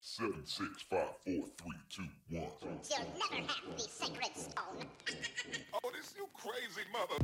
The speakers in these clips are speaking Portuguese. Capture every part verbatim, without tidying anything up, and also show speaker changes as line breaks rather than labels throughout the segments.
Seven, six, five, four, three, two, one.
You'll never have the sacred stone.
Oh, this you crazy mother...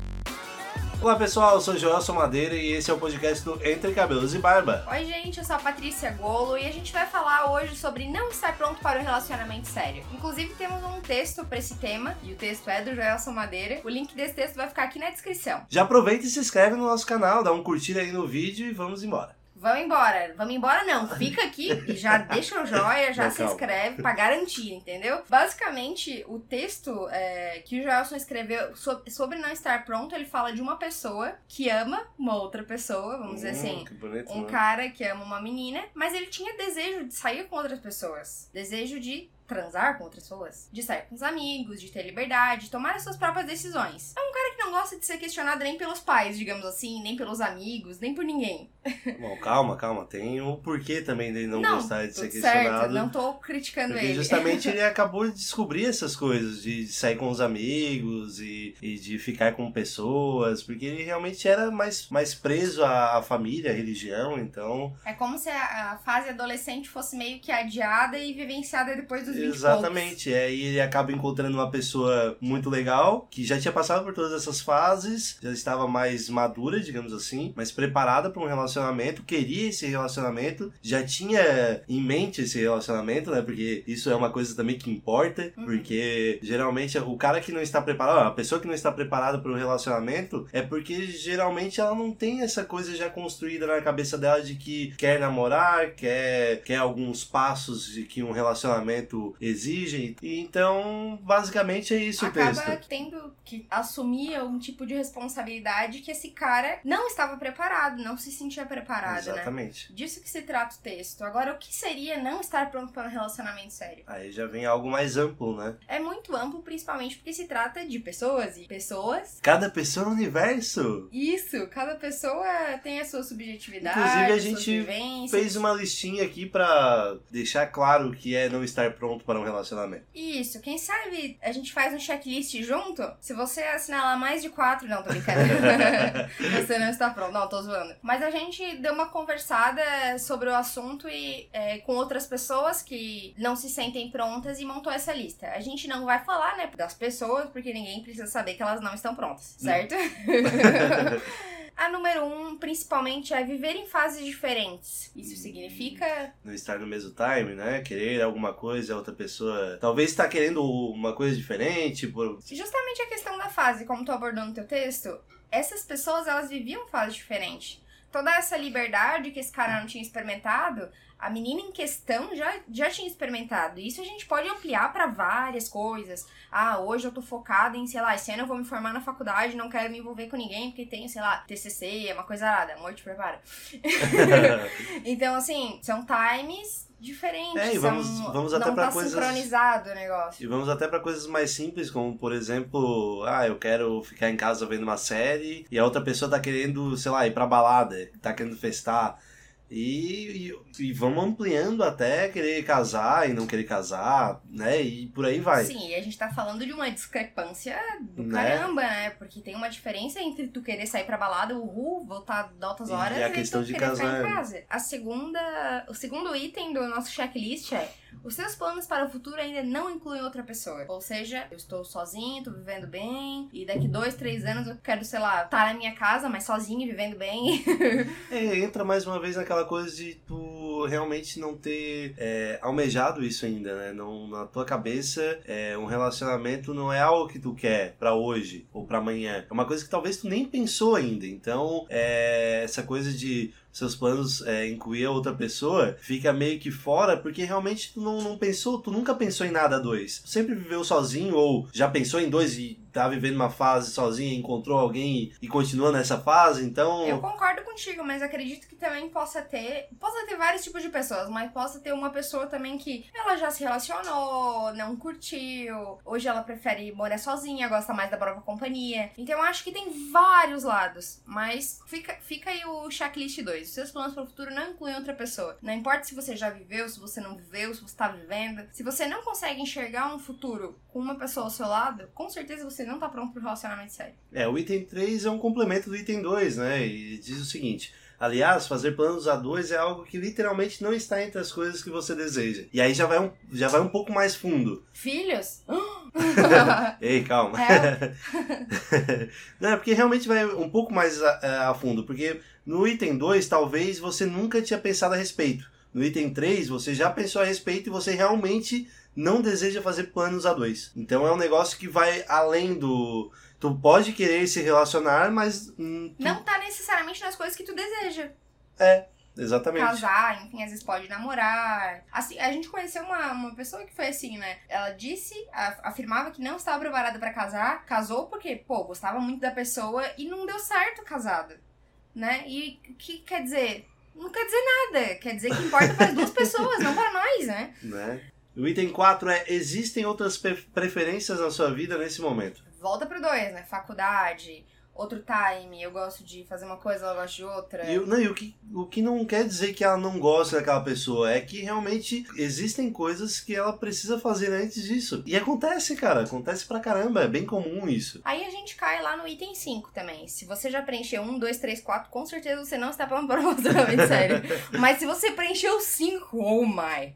Olá pessoal, eu sou Joelson Madeira e esse é o podcast do Entre Cabelos e Barba.
Oi gente, eu sou a Patrícia Golo e a gente vai falar hoje sobre não estar pronto para um relacionamento sério. Inclusive temos um texto para esse tema, e o texto é do Joelson Madeira. O link desse texto vai ficar aqui na descrição.
Já aproveita e se inscreve no nosso canal, dá um curtir aí no vídeo e vamos embora.
Vamos embora. Vamos embora não. Fica aqui e já deixa o joia, já
Não,
se
calma.
inscreve pra garantir, entendeu? Basicamente, o texto é, que o Joelson escreveu so- sobre não estar pronto, ele fala de uma pessoa que ama uma outra pessoa, vamos dizer
Hum,
assim.
que bonito,
Um
né?
cara que ama uma menina, mas ele tinha desejo de sair com outras pessoas. Desejo de transar com outras pessoas, de sair com os amigos, de ter liberdade, de tomar as suas próprias decisões. É um cara que não gosta de ser questionado nem pelos pais, digamos assim, nem pelos amigos, nem por ninguém.
Bom, calma, calma, tem o porquê também dele não, gostar de ser
tudo
questionado.
certo, não tô criticando
Porque
ele.
justamente ele acabou de descobrir essas coisas, de sair com os amigos e, e de ficar com pessoas, porque ele realmente era mais, mais preso à, à família, à religião, então...
É como se a, a fase adolescente fosse meio que adiada e vivenciada depois dos vinte e poucos.
Exatamente, é, e ele acaba encontrando uma pessoa muito legal, que já tinha passado por todas essas fases, já estava mais madura, digamos assim, mais preparada para um relacionamento, queria esse relacionamento, já tinha em mente esse relacionamento, né, porque isso é uma coisa também que importa,
Uhum.
porque geralmente o cara que não está preparado, a pessoa que não está preparada para o relacionamento, é porque geralmente ela não tem essa coisa já construída na cabeça dela de que quer namorar, quer, quer alguns passos de que um relacionamento exigem. E então, basicamente é isso o
Acaba
texto.
tendo que assumir um tipo de responsabilidade que esse cara não estava preparado, não se sentia preparado, né?
Exatamente.
Disso que se trata o texto. Agora, o que seria não estar pronto para um relacionamento sério?
Aí já vem algo mais amplo, né?
É muito amplo, principalmente porque se trata de pessoas e pessoas.
Cada pessoa é um universo.
Isso, cada pessoa tem a sua subjetividade,
Inclusive, a
suas
gente
vivências.
fez uma listinha aqui pra deixar claro o que é não estar pronto para um relacionamento.
Isso, quem sabe a gente faz um checklist junto? Se você assinalar mais de quatro, não, tô brincando. Você não está pronto, não, tô zoando. Mas a gente deu uma conversada sobre o assunto e é, com outras pessoas que não se sentem prontas e montou essa lista. A gente não vai falar, né, das pessoas, porque ninguém precisa saber que elas não estão prontas, certo? A número um, principalmente, é viver em fases diferentes. Isso significa...
Não estar no mesmo time, né? Querer alguma coisa, a outra pessoa talvez está querendo uma coisa diferente. Por...
Justamente a questão da fase, como tu abordou no teu texto, essas pessoas, elas viviam fases diferentes. Toda essa liberdade que esse cara não tinha experimentado, a menina em questão já, já tinha experimentado. Isso a gente pode ampliar pra várias coisas. Ah, hoje eu tô focada em, sei lá, esse ano eu vou me formar na faculdade, não quero me envolver com ninguém porque tenho, sei lá, T C C, é uma coisa arada. Amor, te prepara. Então, assim, são times diferentes.
É, e vamos-
são,
vamos até
não
pra
tá
coisas-
sincronizado o negócio.
E vamos até pra coisas mais simples, como por exemplo, ah, eu quero ficar em casa vendo uma série e a outra pessoa tá querendo, sei lá, ir pra balada, tá querendo festar. E, e, e vamos ampliando até querer casar e não querer casar, né? E por aí vai.
Sim, e a gente tá falando de uma discrepância do
Né?
caramba, né? Porque tem uma diferença entre tu querer sair pra balada, uhul, voltar de altas
E
horas,
a questão
tu
de
querer ficar
casar.
em casa. A segunda, o segundo item do nosso checklist é: os seus planos para o futuro ainda não incluem outra pessoa. Ou seja, eu estou sozinho, tô vivendo bem, e daqui dois, três anos eu quero, sei lá, estar na minha casa, mas sozinho e vivendo bem.
É, entra mais uma vez naquela coisa de tu realmente não ter é, almejado isso ainda, né? Não, na tua cabeça, é, um relacionamento não é algo que tu quer pra hoje ou pra amanhã. É uma coisa que talvez tu nem pensou ainda. Então, é, essa coisa de seus planos é, incluir a outra pessoa fica meio que fora, porque realmente tu não, não pensou, tu nunca pensou em nada a dois. Tu sempre viveu sozinho ou já pensou em dois e tá vivendo uma fase sozinho, encontrou alguém e, e continua nessa fase, então...
Eu concordo contigo, mas acredito que também possa ter... Possa ter vários tipos de pessoas, mas possa ter uma pessoa também que ela já se relacionou, não curtiu, hoje ela prefere morar sozinha, gosta mais da própria companhia. Então eu acho que tem vários lados, mas fica, fica aí o checklist dois. Os seus planos para o futuro não incluem outra pessoa. Não importa se você já viveu, se você não viveu, se você tá vivendo. Se você não consegue enxergar um futuro com uma pessoa ao seu lado, com certeza você não tá pronto pro relacionamento sério.
É, o item três é um complemento do item dois, né? E diz o seguinte: Aliás, fazer planos a dois é algo que literalmente não está entre as coisas que você deseja. E aí já vai um, já vai um pouco mais fundo.
Filhos?
Ei, calma. Não, é porque realmente vai um pouco mais a, a fundo. Porque no item dois, talvez você nunca tinha pensado a respeito. No item três, você já pensou a respeito e você realmente não deseja fazer planos a dois. Então é um negócio que vai além do... Tu pode querer se relacionar, mas... Hum, tu...
Não tá necessariamente nas coisas que tu deseja.
É, exatamente.
Casar, enfim, às vezes pode namorar. Assim, a gente conheceu uma, uma pessoa que foi assim, né? Ela disse, a, afirmava que não estava preparada pra casar. Casou porque, pô, gostava muito da pessoa e não deu certo casada, né? E o que quer dizer? Não quer dizer nada. Quer dizer que importa para as duas pessoas, não para nós, né?
Né? O item quatro é: existem outras preferências na sua vida nesse momento?
Volta pro dois, né? Faculdade, outro time, eu gosto de fazer uma coisa, ela gosta de outra.
E, não, e o, que, o que não quer dizer que ela não gosta daquela pessoa, é que realmente existem coisas que ela precisa fazer antes disso. E acontece, cara, acontece pra caramba, é bem comum isso.
Aí a gente cai lá no item cinco também. Se você já preencheu um, dois, três, quatro, com certeza você não está falando para um relacionamento sério. Mas se você preencheu cinco, oh my...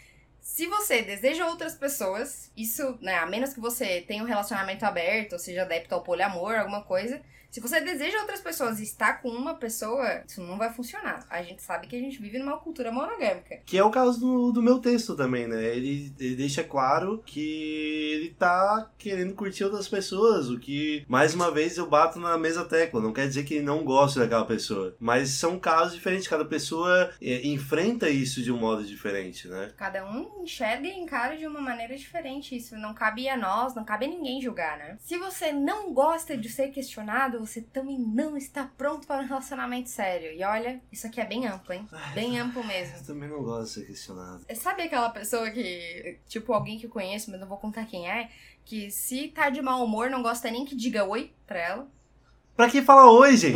Se você deseja outras pessoas, isso, né, a menos que você tenha um relacionamento aberto, ou seja adepto ao poliamor, alguma coisa, se você deseja outras pessoas e está com uma pessoa, isso não vai funcionar. A gente sabe que a gente vive numa cultura monogâmica.
Que é o caso do, do meu texto também, né? Ele, ele deixa claro que ele tá querendo curtir outras pessoas, o que, mais uma vez, eu bato na mesma tecla. Não quer dizer que ele não gosta daquela pessoa. Mas são casos diferentes, cada pessoa é, enfrenta isso de um modo diferente, né?
Cada um enxerga e encara de uma maneira diferente. Isso não cabe a nós, não cabe a ninguém julgar, né? Se você não gosta de ser questionado, você também não está pronto para um relacionamento sério. E olha, isso aqui é bem amplo, hein? Bem amplo mesmo.
Eu também não gosto de ser questionado.
Sabe aquela pessoa que, tipo, alguém que eu conheço, mas não vou contar quem é, que se tá de mau humor, não gosta nem que diga oi pra ela?
Pra que falar oi, gente?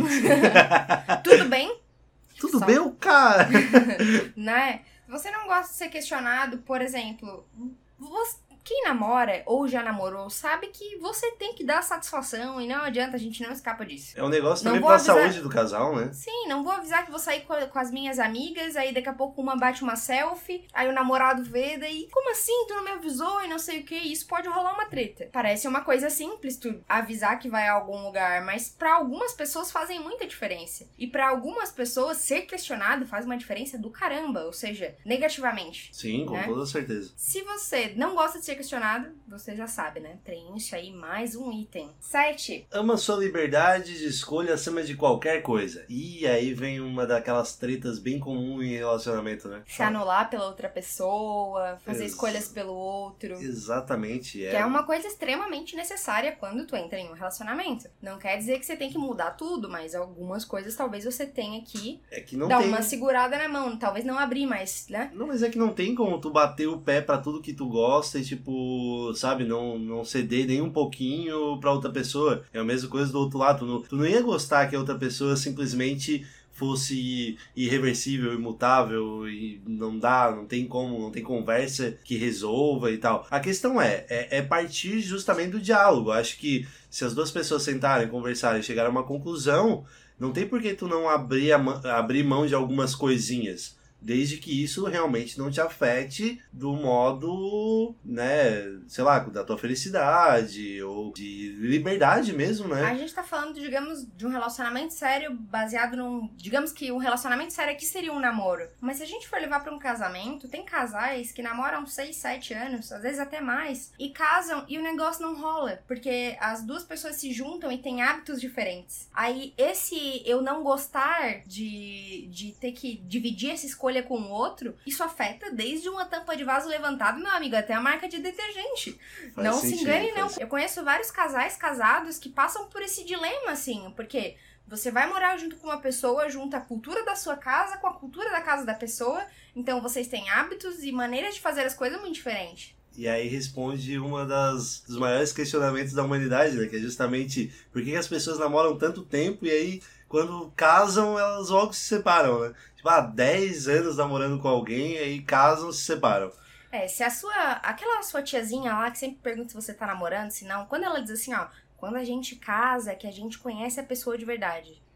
Tudo bem?
Tudo
Só...
bem, o cara?
Né? Se você não gosta de ser questionado, por exemplo, você... Quem namora ou já namorou sabe que você tem que dar satisfação e não adianta, a gente não escapa disso.
É um negócio
Não
também
vou
pra
avisar-
saúde do casal, né?
Sim, não vou avisar que vou sair com, a- com as minhas amigas, aí daqui a pouco uma bate uma selfie, aí o namorado vê, daí, como assim? Tu não me avisou e não sei o que, isso pode rolar uma treta. Parece uma coisa simples tu avisar que vai a algum lugar, mas pra algumas pessoas fazem muita diferença. E pra algumas pessoas ser questionado faz uma diferença do caramba, ou seja, negativamente.
Sim, com
Né?
toda certeza.
Se você não gosta de ser questionado, você já sabe, né? Preenche aí mais um item. Sete.
Ama sua liberdade de escolha acima de qualquer coisa. E aí vem uma daquelas tretas bem comuns em relacionamento, né?
Se anular pela outra pessoa, fazer
Ex-
escolhas pelo outro.
Exatamente. É.
Que é uma coisa extremamente necessária quando tu entra em um relacionamento. Não quer dizer que você tem que mudar tudo, mas algumas coisas talvez você tenha que
É que não
dar
tem...
uma segurada na mão. Talvez não abrir mais, né?
Não, mas é que não tem como tu bater o pé pra tudo que tu gosta e, tipo, sabe, não, não ceder nem um pouquinho pra outra pessoa. É a mesma coisa do outro lado. Tu não, tu não ia gostar que a outra pessoa simplesmente fosse irreversível, imutável e não dá, não tem como, não tem conversa que resolva e tal. A questão é, é, é partir justamente do diálogo. Acho que se as duas pessoas sentarem, conversarem e chegarem a uma conclusão, não tem por que tu não abrir, a, ma- abrir mão de algumas coisinhas. Desde que isso realmente não te afete do modo, né, sei lá, da tua felicidade ou de liberdade mesmo, né?
A gente tá falando, digamos, de um relacionamento sério baseado num... Digamos que um relacionamento sério aqui seria um namoro. Mas se a gente for levar pra um casamento, tem casais que namoram seis, sete anos, às vezes até mais, e casam e o negócio não rola. Porque as duas pessoas se juntam e têm hábitos diferentes. Aí esse eu não gostar de, de ter que dividir essa escolha com o outro, isso afeta desde uma tampa de vaso levantada, meu amigo, até a marca de detergente.
Faz
Não se
sentido,
engane,
faz
não.
sentido.
Eu conheço vários casais casados que passam por esse dilema, assim, porque você vai morar junto com uma pessoa, junta a cultura da sua casa com a cultura da casa da pessoa, então vocês têm hábitos e maneiras de fazer as coisas muito diferentes.
E aí responde uma das dos maiores questionamentos da humanidade, né? Que é justamente por que que as pessoas namoram tanto tempo e aí quando casam elas logo se separam, né? Tipo, ah, dez anos namorando com alguém, aí casam e se separam.
É, se a sua, aquela sua tiazinha lá que sempre pergunta se você tá namorando, se não, quando ela diz assim, ó, quando a gente casa é que a gente conhece a pessoa de verdade.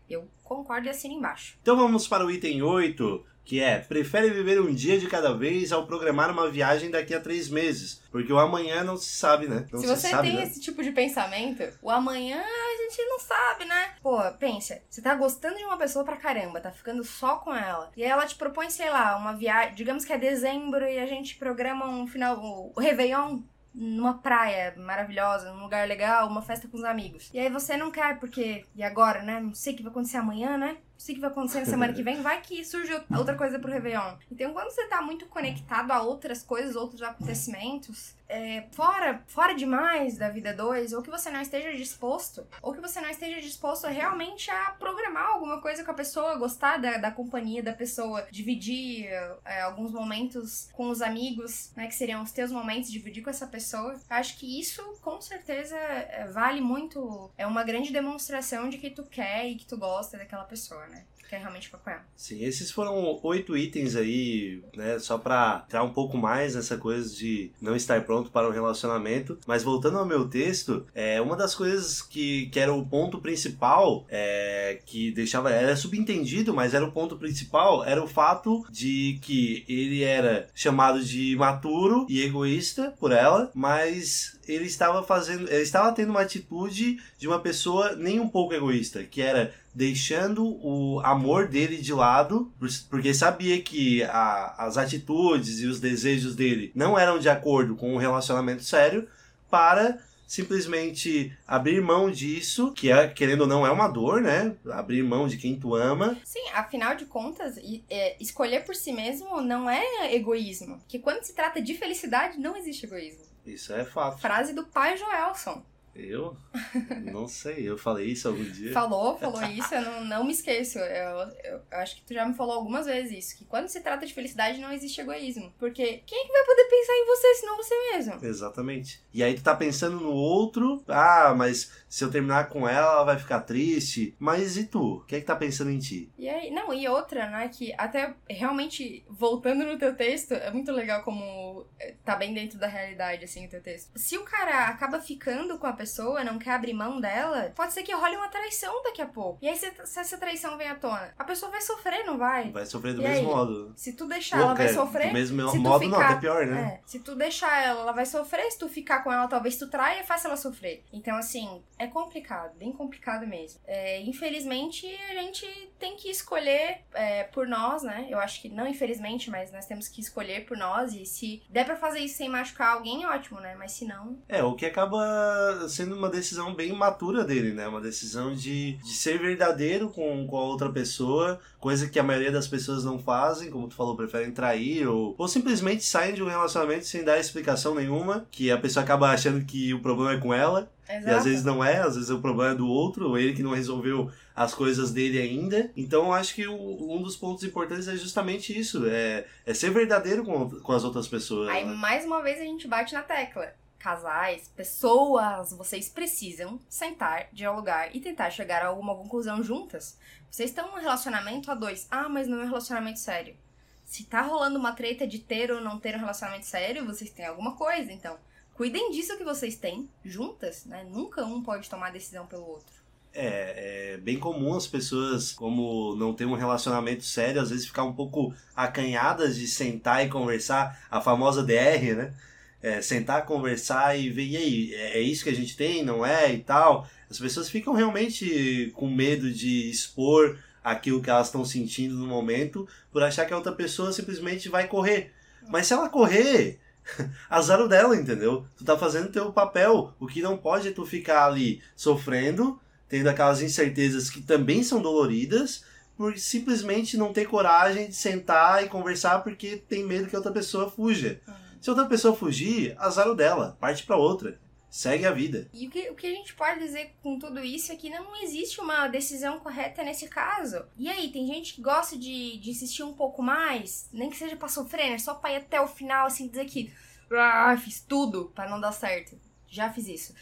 Eu concordo e assino embaixo.
Então vamos para o item oito, que é: prefere viver um dia de cada vez ao programar uma viagem daqui a três meses. Porque o amanhã não se sabe, né? Não
se
se
você
sabe,
tem
né?
esse tipo de pensamento, o amanhã a gente não sabe, né? Pô, pensa, você tá gostando de uma pessoa pra caramba, tá ficando só com ela. E aí ela te propõe, sei lá, uma viagem, digamos que é dezembro e a gente programa um final, o Réveillon, numa praia maravilhosa, num lugar legal, uma festa com os amigos. E aí você não quer, porque, e agora, né? Não sei o que vai acontecer amanhã, né? Não sei o que vai acontecer na semana que vem, vai que surge outra coisa pro Réveillon. Então, quando você tá muito conectado a outras coisas, outros acontecimentos, é, fora, fora demais da vida dois, ou que você não esteja disposto, ou que você não esteja disposto realmente a programar alguma coisa com a pessoa, gostar da, da companhia da pessoa, dividir é, alguns momentos com os amigos, né, que seriam os teus momentos, dividir com essa pessoa. Acho que isso, com certeza, é, vale muito, é uma grande demonstração de que tu quer e que tu gosta daquela pessoa, né? Quer realmente ficar com ela.
Sim, esses foram oito itens aí, né, só pra entrar um pouco mais nessa coisa de não estar pronto para um relacionamento. Mas voltando ao meu texto, é, uma das coisas que, que era o ponto principal, é, que deixava, era subentendido, mas era o ponto principal, era o fato de que ele era chamado de imaturo e egoísta por ela, mas ele estava fazendo, ele estava tendo uma atitude de uma pessoa nem um pouco egoísta, que era deixando o amor dele de lado, porque sabia que a, as atitudes e os desejos dele não eram de acordo com um relacionamento sério, para simplesmente abrir mão disso, que é, querendo ou não, é uma dor, né? Abrir mão de quem tu ama.
Sim, afinal de contas, é, escolher por si mesmo não é egoísmo. Porque quando se trata de felicidade, não existe egoísmo.
Isso é fato.
Frase do pai Joelson.
Eu? Não sei, eu falei isso algum dia.
Falou, falou isso, eu não, não me esqueço. Eu, eu, eu acho que tu já me falou algumas vezes isso, que quando se trata de felicidade não existe egoísmo. Porque quem é que vai poder pensar em você senão você mesmo?
Exatamente. E aí tu tá pensando no outro, ah, mas se eu terminar com ela, ela vai ficar triste. Mas e tu? Quem é que tá pensando em ti?
E aí, não, e outra, né, que até realmente, voltando no teu texto, é muito legal como tá bem dentro da realidade, assim, o teu texto. Se o cara acaba ficando com a pessoa, não quer abrir mão dela, pode ser que role uma traição daqui a pouco. E aí, se, se essa traição vem à tona, a pessoa vai sofrer, não vai?
Vai sofrer do
E
mesmo
aí,
modo.
Se tu deixar, ela vai sofrer.
Do mesmo
se
modo,
ficar,
não, até pior, né?
É, se tu deixar ela, ela vai sofrer. Se tu ficar com ela, talvez tu traia, faça ela sofrer. Então, assim, é complicado, bem complicado mesmo. É, infelizmente, a gente tem que escolher é, por nós, né? Eu acho que, não infelizmente, mas nós temos que escolher por nós. E se der pra fazer isso sem machucar alguém, ótimo, né? Mas se não...
É, o que acaba sendo uma decisão bem matura dele, né? Uma decisão de, de ser verdadeiro com, com a outra pessoa, coisa que a maioria das pessoas não fazem, como tu falou, preferem trair ou, ou simplesmente saem de um relacionamento sem dar explicação nenhuma, que a pessoa acaba achando que o problema é com ela.
Exato.
E às vezes não é, às vezes o problema é do outro, ou ele que não resolveu as coisas dele ainda. Então eu acho que o, um dos pontos importantes é justamente isso, é, é ser verdadeiro com, com as outras pessoas.
Aí,
né?
mais uma vez, a gente bate na tecla. Casais, pessoas, vocês precisam sentar, dialogar e tentar chegar a alguma conclusão juntas. Vocês estão num relacionamento a dois. Ah, mas não é um relacionamento sério. Se tá rolando uma treta de ter ou não ter um relacionamento sério, vocês têm alguma coisa, então... Cuidem disso que vocês têm juntas, né? Nunca um pode tomar decisão pelo outro.
É, é bem comum as pessoas, como não tem um relacionamento sério, às vezes ficar um pouco acanhadas de sentar e conversar, a famosa D R, né? É, sentar, conversar e ver, e aí, é isso que a gente tem, não é, e tal. As pessoas ficam realmente com medo de expor aquilo que elas estão sentindo no momento, por achar que a outra pessoa simplesmente vai correr. Mas se ela correr... azar o dela, entendeu? Tu tá fazendo teu papel. O que não pode é tu ficar ali sofrendo, tendo aquelas incertezas que também são doloridas, por simplesmente não ter coragem de sentar e conversar porque tem medo que a outra pessoa fuja. Uhum. Se a outra pessoa fugir, azar o dela, parte pra outra. Segue a vida.
E o que, o que a gente pode dizer com tudo isso é que não existe uma decisão correta nesse caso. E aí, tem gente que gosta de, de insistir um pouco mais, nem que seja pra sofrer, né? Só pra ir até o final, assim, dizer que ah, fiz tudo pra não dar certo. Já fiz isso.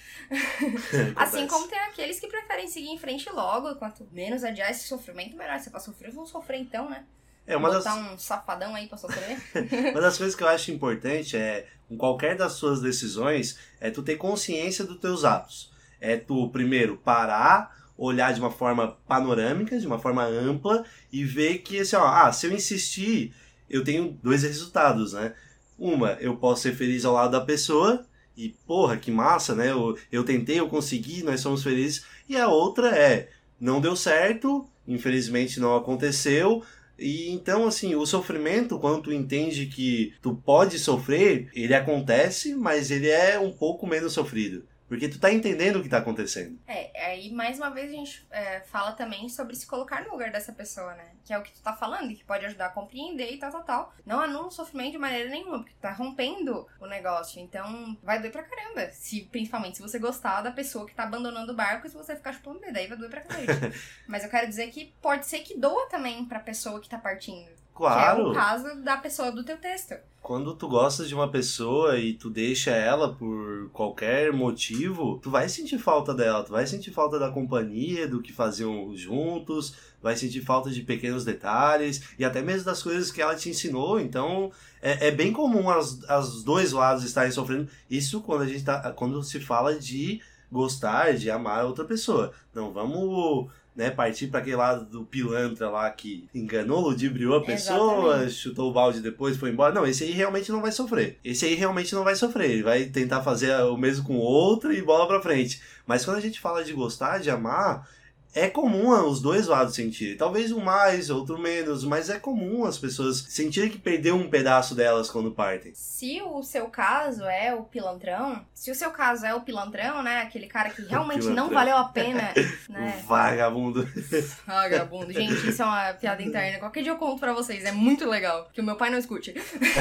Assim como tem aqueles que preferem seguir em frente logo, quanto menos adiar esse sofrimento, melhor. Se é pra sofrer, vamos sofrer então, né?
É uma
Botar
das...
um safadão aí pra sofrer.
Uma das coisas que eu acho importante é, com qualquer das suas decisões, é tu ter consciência dos teus atos. É tu, primeiro, parar olhar de uma forma panorâmica, de uma forma ampla e ver que, assim, ó, ah, se eu insistir, eu tenho dois resultados, né? Uma, eu posso ser feliz ao lado da pessoa e, porra, que massa, né? Eu, eu tentei, eu consegui, nós somos felizes. E a outra é, não deu certo, infelizmente não aconteceu. E então, assim, o sofrimento, quando tu entende que tu pode sofrer, ele acontece, mas ele é um pouco menos sofrido. Porque tu tá entendendo o que tá acontecendo.
É, aí mais uma vez a gente é, fala também sobre se colocar no lugar dessa pessoa, né? Que é o que tu tá falando, e que pode ajudar a compreender e tal, tal, tal. Não anula o sofrimento de maneira nenhuma, porque tu tá rompendo o negócio. Então, vai doer pra caramba. Se, principalmente se você gostar da pessoa que tá abandonando o barco e se você ficar chupando o dedo, aí vai doer pra caramba. Mas eu quero dizer que pode ser que doa também pra pessoa que tá partindo.
Claro.
Que é o caso da pessoa do teu texto.
Quando tu gosta de uma pessoa e tu deixa ela por qualquer motivo, tu vai sentir falta dela, tu vai sentir falta da companhia, do que faziam juntos, vai sentir falta de pequenos detalhes e até mesmo das coisas que ela te ensinou. Então é, é bem comum as, as dois lados estarem sofrendo. Isso quando a gente tá, quando se fala de gostar, de amar outra pessoa. Não vamos... né, partir para aquele lado do pilantra lá que enganou, ludibriou a pessoa, exatamente, chutou o balde depois e foi embora. Não, esse aí realmente não vai sofrer. Esse aí realmente não vai sofrer. Ele vai tentar fazer o mesmo com o outro e bola pra frente. Mas quando a gente fala de gostar, de amar, é comum os dois lados sentirem. Talvez um mais, outro menos, mas é comum as pessoas sentirem que perdeu um pedaço delas quando partem.
Se o seu caso é o pilantrão, se o seu caso é o pilantrão, né, aquele cara que realmente não valeu a pena, né?
O vagabundo.
Vagabundo. Gente, isso é uma piada interna. Qualquer dia eu conto pra vocês, é muito legal, que o meu pai não escute.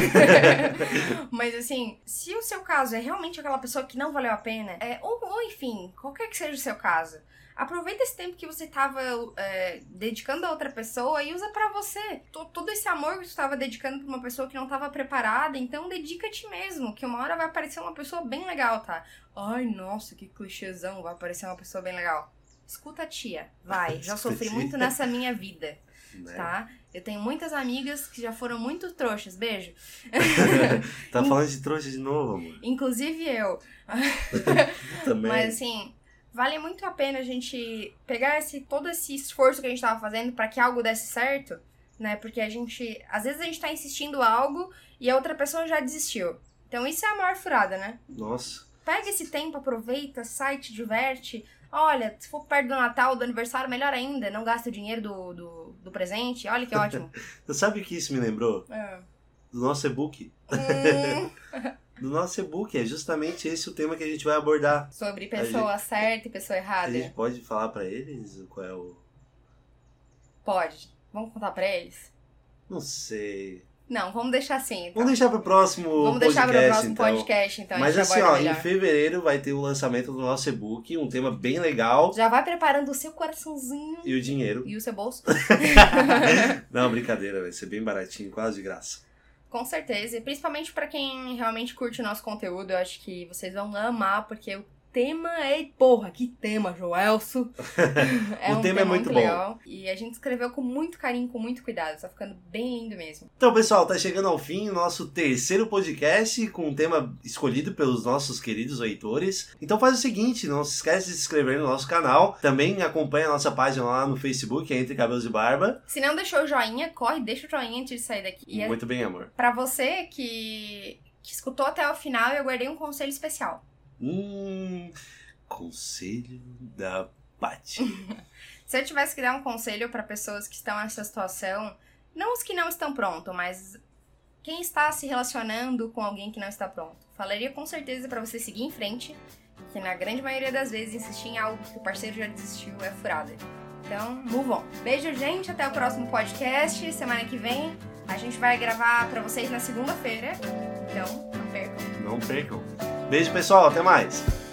Mas assim, se o seu caso é realmente aquela pessoa que não valeu a pena, é, ou, ou enfim, qualquer que seja o seu caso, aproveita esse tempo que você tava é, dedicando a outra pessoa e usa pra você. Todo esse amor que tu tava dedicando pra uma pessoa que não tava preparada, então dedica a ti mesmo, que uma hora vai aparecer uma pessoa bem legal, tá? Ai, nossa, que clichêzão, vai aparecer uma pessoa bem legal. Escuta a tia, vai. Já sofri muito nessa minha vida, tá? Eu tenho muitas amigas que já foram muito trouxas. Beijo.
Tá falando de trouxa de novo, amor?
Inclusive eu.
Também.
Mas assim... vale muito a pena a gente pegar esse, todo esse esforço que a gente tava fazendo pra que algo desse certo, né? Porque a gente... às vezes a gente tá insistindo algo e a outra pessoa já desistiu. Então isso é a maior furada, né?
Nossa.
Pega esse tempo, aproveita, sai, te diverte. Olha, se for perto do Natal, do aniversário, melhor ainda. Não gasta o dinheiro do, do, do presente. Olha que ótimo.
Você sabe o que isso me lembrou?
É.
Do nosso e-book.
Hum...
do nosso e-book, é justamente esse o tema que a gente vai abordar.
Sobre pessoa gente, certa e pessoa errada.
A gente pode falar pra eles qual é o...
Pode. Vamos contar pra eles?
Não sei.
Não, vamos deixar assim. Então.
Vamos deixar pro próximo
vamos
podcast,
deixar pro próximo
então.
podcast, então.
Mas assim, ó, melhor. Em fevereiro vai ter o lançamento do nosso e-book, um tema bem legal.
Já vai preparando o seu coraçãozinho.
E o dinheiro.
E o seu bolso.
Não, brincadeira, vai ser bem baratinho, quase de graça.
Com certeza, e principalmente pra quem realmente curte o nosso conteúdo, eu acho que vocês vão amar, porque o tema é... Porra, que tema, Joelso! É
o
um
tema, tema é muito, muito bom.
Legal, e a gente escreveu com muito carinho, com muito cuidado, tá ficando bem lindo mesmo.
Então, pessoal, tá chegando ao fim o nosso terceiro podcast com um tema escolhido pelos nossos queridos leitores. Então faz o seguinte, não se esquece de se inscrever no nosso canal, também acompanha a nossa página lá no Facebook, é Entre Cabelos e Barba.
Se não deixou o joinha, corre, deixa o joinha antes de sair daqui. E
muito é... bem, amor.
Pra você que, que escutou até o final, eu guardei um conselho especial.
Hum, conselho da Paty.
Se eu tivesse que dar um conselho para pessoas que estão nessa situação, não os que não estão prontos, mas quem está se relacionando com alguém que não está pronto, falaria com certeza para você seguir em frente, que na grande maioria das vezes insistir em algo que o parceiro já desistiu é furada. Então, move on. Beijo, gente, até o próximo podcast. Semana que vem a gente vai gravar para vocês na segunda-feira, então não percam.
Não percam. Beijo, pessoal. Até mais.